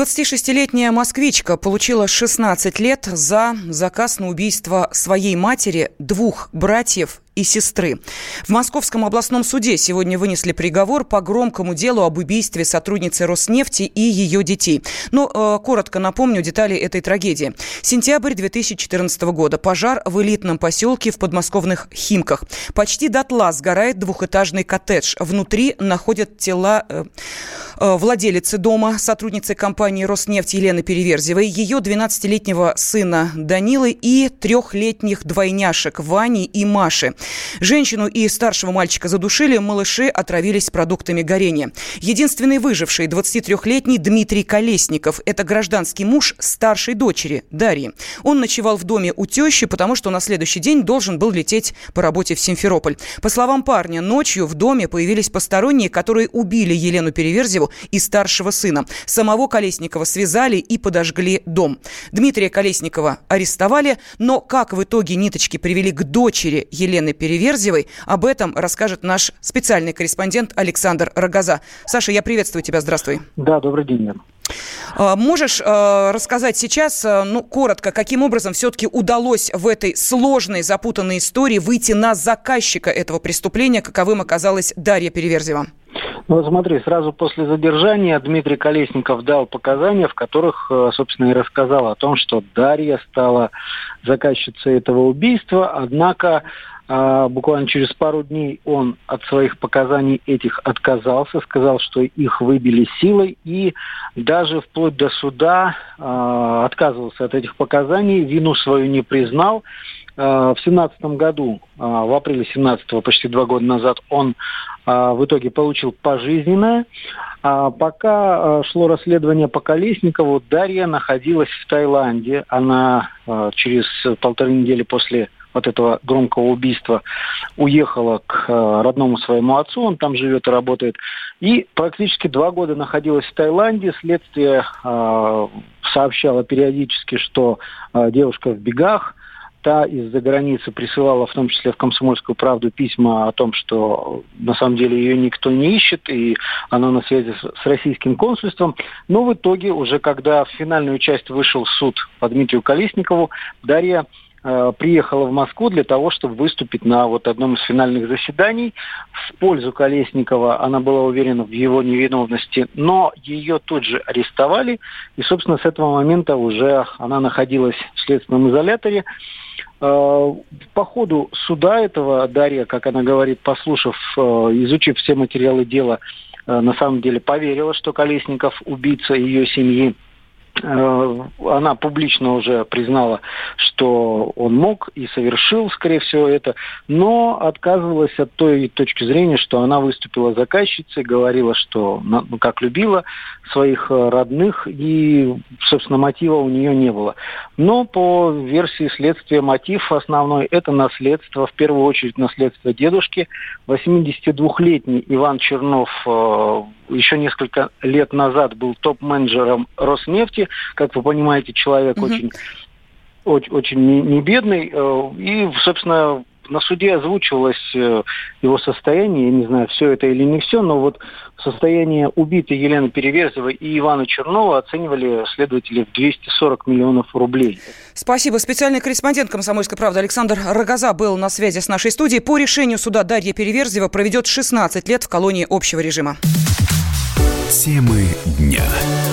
26-летняя москвичка получила 16 лет за заказ на убийство своей матери, 2 братьев и сестры. В Московском областном суде сегодня вынесли приговор по громкому делу об убийстве сотрудницы Роснефти и ее детей. Но коротко напомню детали этой трагедии. Сентябрь 2014 года. Пожар в элитном поселке в подмосковных Химках. Почти дотла сгорает 2-этажный коттедж. Внутри находят тела владелицы дома, сотрудницы компании «Роснефть» Елены Переверзевой, ее 12-летнего сына Данилы и 3-летних двойняшек Вани и Маши. Женщину и старшего мальчика задушили, малыши отравились продуктами горения. Единственный выживший 23-летний Дмитрий Колесников. Это гражданский муж старшей дочери Дарьи. Он ночевал в доме у тещи, потому что на следующий день должен был лететь по работе в Симферополь. По словам парня, ночью в доме появились посторонние, которые убили Елену Переверзеву и старшего сына. Самого Колесникова связали и подожгли дом. Дмитрия Колесникова арестовали, но как в итоге ниточки привели к дочери Елены Переверзевой, об этом расскажет наш специальный корреспондент Александр Рогоза. Саша, я приветствую тебя, здравствуй. Да, добрый день. Можешь рассказать сейчас, коротко, каким образом все-таки удалось в этой сложной, запутанной истории выйти на заказчика этого преступления, каковым оказалась Дарья Переверзева? Ну, смотри, сразу после задержания Дмитрий Колесников дал показания, в которых, собственно, и рассказал о том, что Дарья стала заказчицей этого убийства, однако буквально через пару дней он от своих показаний этих отказался, сказал, что их выбили силой, и даже вплоть до суда отказывался от этих показаний, вину свою не признал. В 2017 году, в апреле 2017, почти 2 года назад, он в итоге получил пожизненное. Пока шло расследование по Колесникову, Дарья находилась в Таиланде. Она через 1,5 недели после вот этого громкого убийства уехала к родному своему отцу, он там живет и работает, и практически 2 года находилась в Таиланде. Следствие сообщало периодически, что девушка в бегах. Та из-за границы присылала, в том числе в «Комсомольскую правду», письма о том, что на самом деле ее никто не ищет, и она на связи с российским консульством. Но в итоге, уже когда в финальную часть вышел суд по Дмитрию Колесникову, Дарья приехала в Москву для того, чтобы выступить на одном из финальных заседаний. В пользу Колесникова она была уверена в его невиновности, но ее тут же арестовали. И, собственно, с этого момента уже она находилась в следственном изоляторе. По ходу суда этого Дарья, как она говорит, послушав, изучив все материалы дела, на самом деле поверила, что Колесников убийца ее семьи. Она публично уже признала, что он мог и совершил, скорее всего, это, но отказывалась от той точки зрения, что она выступила заказчицей, говорила, что как любила своих родных, и, собственно, мотива у нее не было. Но по версии следствия мотив основной – это наследство, в первую очередь наследство дедушки. 82-летний Иван Чернов еще несколько лет назад был топ-менеджером Роснефти. Как вы понимаете, человек очень не бедный. И, собственно, на суде озвучивалось его состояние. Я не знаю, все это или не все, но состояние убитой Елены Переверзевой и Ивана Чернова оценивали следователи в 240 миллионов рублей. Спасибо. Специальный корреспондент «Комсомольской правды» Александр Рогоза был на связи с нашей студией. По решению суда Дарья Переверзева проведет 16 лет в колонии общего режима. Темы дня.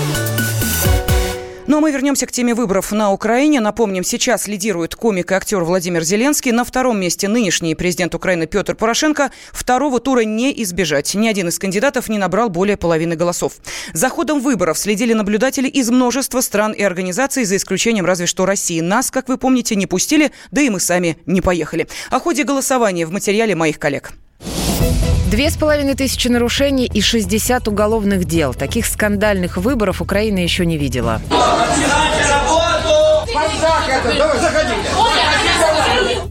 Ну а мы вернемся к теме выборов на Украине. Напомним, сейчас лидирует комик и актер Владимир Зеленский. На 2-м месте нынешний президент Украины Петр Порошенко. 2-го тура не избежать. Ни один из кандидатов не набрал более половины голосов. За ходом выборов следили наблюдатели из множества стран и организаций, за исключением разве что России. Нас, как вы помните, не пустили, да и мы сами не поехали. О ходе голосования в материале моих коллег. 2500 нарушений и 60 уголовных дел. Таких скандальных выборов Украина еще не видела.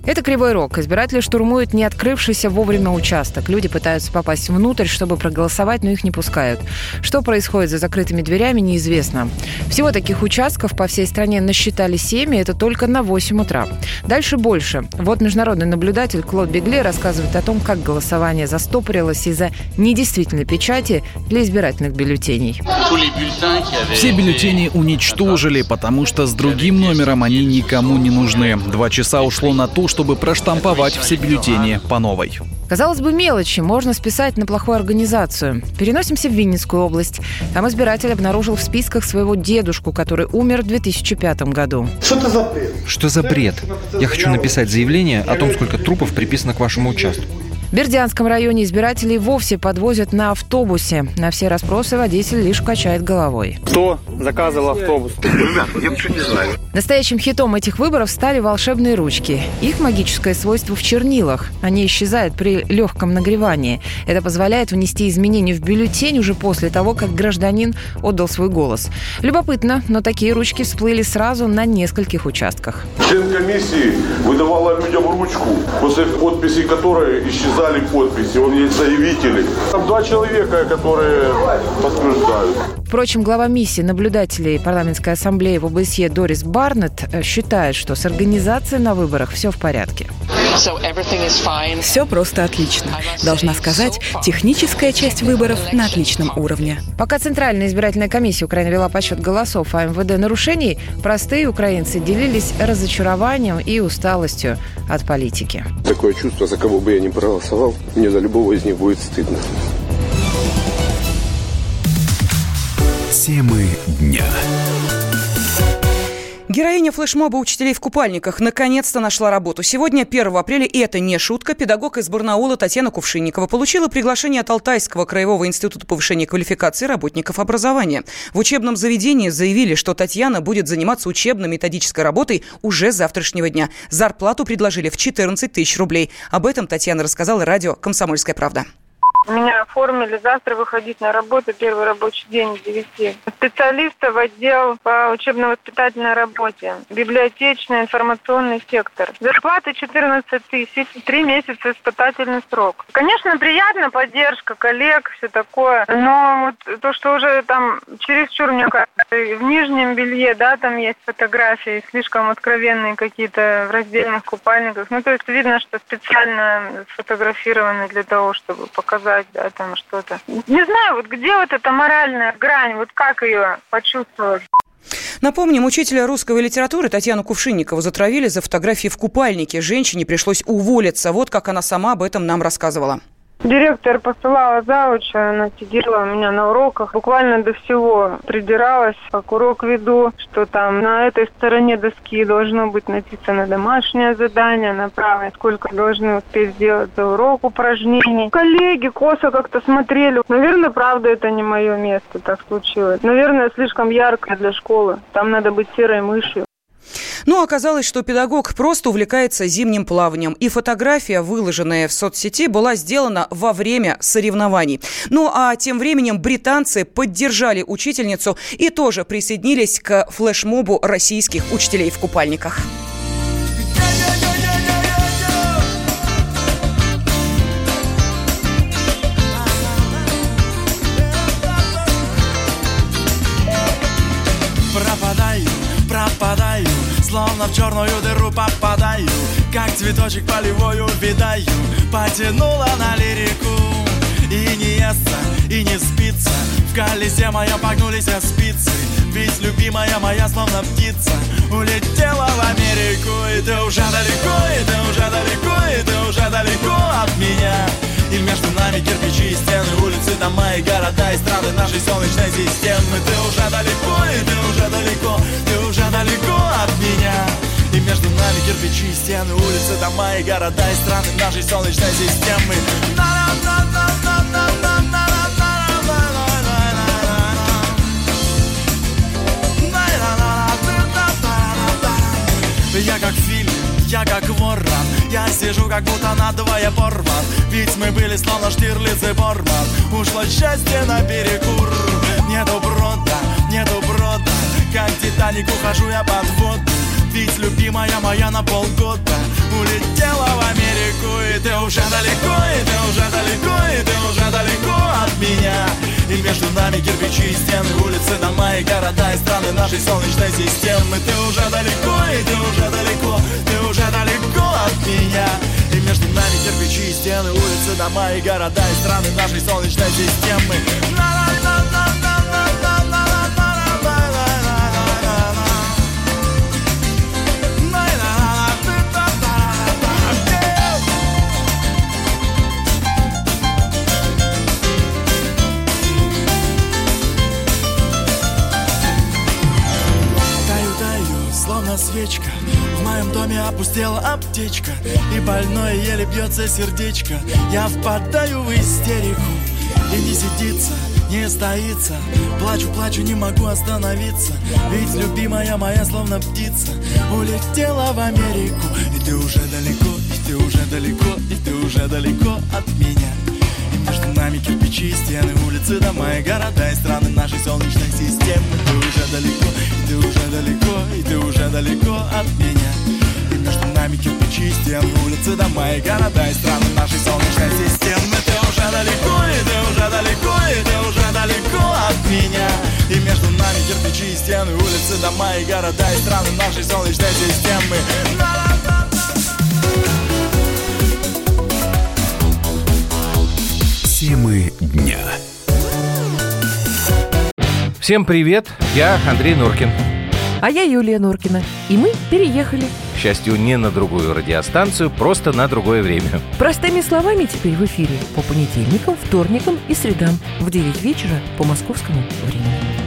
Это Кривой Рог. Избиратели штурмуют не открывшийся вовремя участок. Люди пытаются попасть внутрь, чтобы проголосовать, но их не пускают. Что происходит за закрытыми дверями, неизвестно. Всего таких участков по всей стране насчитали 7, и это только на 8 утра. Дальше больше. Вот международный наблюдатель Клод Бегле рассказывает о том, как голосование застопорилось из-за недействительной печати для избирательных бюллетеней. Все бюллетени уничтожили, потому что с другим номером они никому не нужны. 2 часа ушло на то, чтобы проштамповать все бюллетени по новой. Казалось бы, мелочи можно списать на плохую организацию. Переносимся в Винницкую область. Там избиратель обнаружил в списках своего дедушку, который умер в 2005 году. Что за бред? Я хочу написать заявление о том, сколько трупов приписано к вашему участку. В Бердянском районе избирателей вовсе подвозят на автобусе. На все расспросы водитель лишь качает головой. Кто заказывал автобус? Ребята, я ничего не знаю. Настоящим хитом этих выборов стали волшебные ручки. Их магическое свойство в чернилах. Они исчезают при легком нагревании. Это позволяет внести изменения в бюллетень уже после того, как гражданин отдал свой голос. Любопытно, но такие ручки всплыли сразу на нескольких участках. Член комиссии выдавала людям ручку, после подписи которой исчезали подписи. Он есть заявители. Там 2 человека, которые подтверждают. Впрочем, глава миссии наблюдателей парламентской ассамблеи в ОБСЕ Дорис Барнетт считает, что с организацией на выборах все в порядке. Все просто отлично. Должна сказать, техническая часть выборов на отличном уровне. Пока Центральная избирательная комиссия Украины вела подсчет голосов о МВД нарушений, простые украинцы делились разочарованием и усталостью от политики. Такое чувство, за кого бы я ни проголосовал, мне за любого из них будет стыдно. Темы дня. Героиня флешмоба учителей в купальниках наконец-то нашла работу. Сегодня, 1 апреля, и это не шутка, педагог из Барнаула Татьяна Кувшинникова получила приглашение от Алтайского краевого института повышения квалификации работников образования. В учебном заведении заявили, что Татьяна будет заниматься учебно-методической работой уже с завтрашнего дня. Зарплату предложили в 14 тысяч рублей. Об этом Татьяна рассказала радио «Комсомольская правда». Меня оформили завтра выходить на работу, первый рабочий день с 9. Специалиста в отдел по учебно-воспитательной работе, библиотечный информационный сектор. Зарплата 14 тысяч, 3 месяца испытательный срок. Конечно, приятно, поддержка коллег, все такое, но вот то, что уже там чересчур, мне кажется, в нижнем белье, да, там есть фотографии, слишком откровенные какие-то в раздельных купальниках. Ну, то есть видно, что специально сфотографированы для того, чтобы показать, да, там что-то. Не знаю, вот где вот эта моральная грань, вот как ее почувствовать? Напомним, учителя русской литературы Татьяну Кувшинникову затравили за фотографии в купальнике. Женщине пришлось уволиться. Вот как она сама об этом нам рассказывала. Директор посылала зауча, она сидела у меня на уроках, буквально до всего придиралась, как урок веду, что там на этой стороне доски должно быть написано домашнее задание, на правой сколько должны успеть сделать за урок упражнений. Коллеги косо как-то смотрели. Наверное, правда, это не мое место, так случилось. Наверное, слишком ярко для школы. Там надо быть серой мышью. Но оказалось, что педагог просто увлекается зимним плаванием. И фотография, выложенная в соцсети, была сделана во время соревнований. Ну а тем временем британцы поддержали учительницу и тоже присоединились к флешмобу российских учителей в купальниках. Пропадаю, словно в черную дыру попадаю, как цветочек полевой увядаю. Потянула на лирику, и не естся, и не спится. В колесе моем погнулись спицы, ведь любимая моя словно птица улетела в Америку. И ты уже далеко, и ты уже далеко, и ты уже далеко от меня. И между нами кирпичи и стены, улицы, дома и города, и страны нашей солнечной системы. Ты уже далеко, и ты уже далеко, ты уже далеко от меня. И между нами кирпичи и стены, улицы, дома и города, и страны нашей солнечной системы. Я как фильм, я как ворон, я сижу как будто надвое порван. Ведь мы были словно Штирлиц и Борман. Ушло счастье наперекур. Нету брода, как Титаник ухожу я под воду. Ведь любимая моя на полгода улетела в Америку. И ты уже далеко, и ты уже далеко, и ты уже далеко от меня. И между нами кирпичи и стены, улицы, дома и города и страны нашей солнечной системы. Ты уже далеко, и ты уже далеко, ты уже далеко от меня. И между нами кирпичи и стены, улицы, дома и города и страны нашей солнечной системы. Свечка. В моем доме опустела аптечка, и больное еле бьется сердечко. Я впадаю в истерику, и не сидится, не стоится. Плачу, плачу, не могу остановиться. Ведь любимая моя, словно птица, улетела в Америку. И ты уже далеко, и ты уже далеко, и ты уже далеко от меня. И между нами кирпичи и стены, улицы, дома и города и страны нашей солнечной системы. Ты уже далеко, и ты уже далеко, и ты уже далеко от меня. И между нами кирпичи и стены, улицы, дома и города и страны нашей солнечной системы. Ты уже далеко, и ты уже далеко, и ты уже далеко от меня. И между нами кирпичи и стены, улицы, дома и города и страны нашей солнечной системы. Темы дня. Всем привет, я Андрей Норкин. А я Юлия Норкина. И мы переехали. К счастью, не на другую радиостанцию, просто на другое время. Простыми словами теперь в эфире по понедельникам, вторникам и средам в 9 вечера по московскому времени.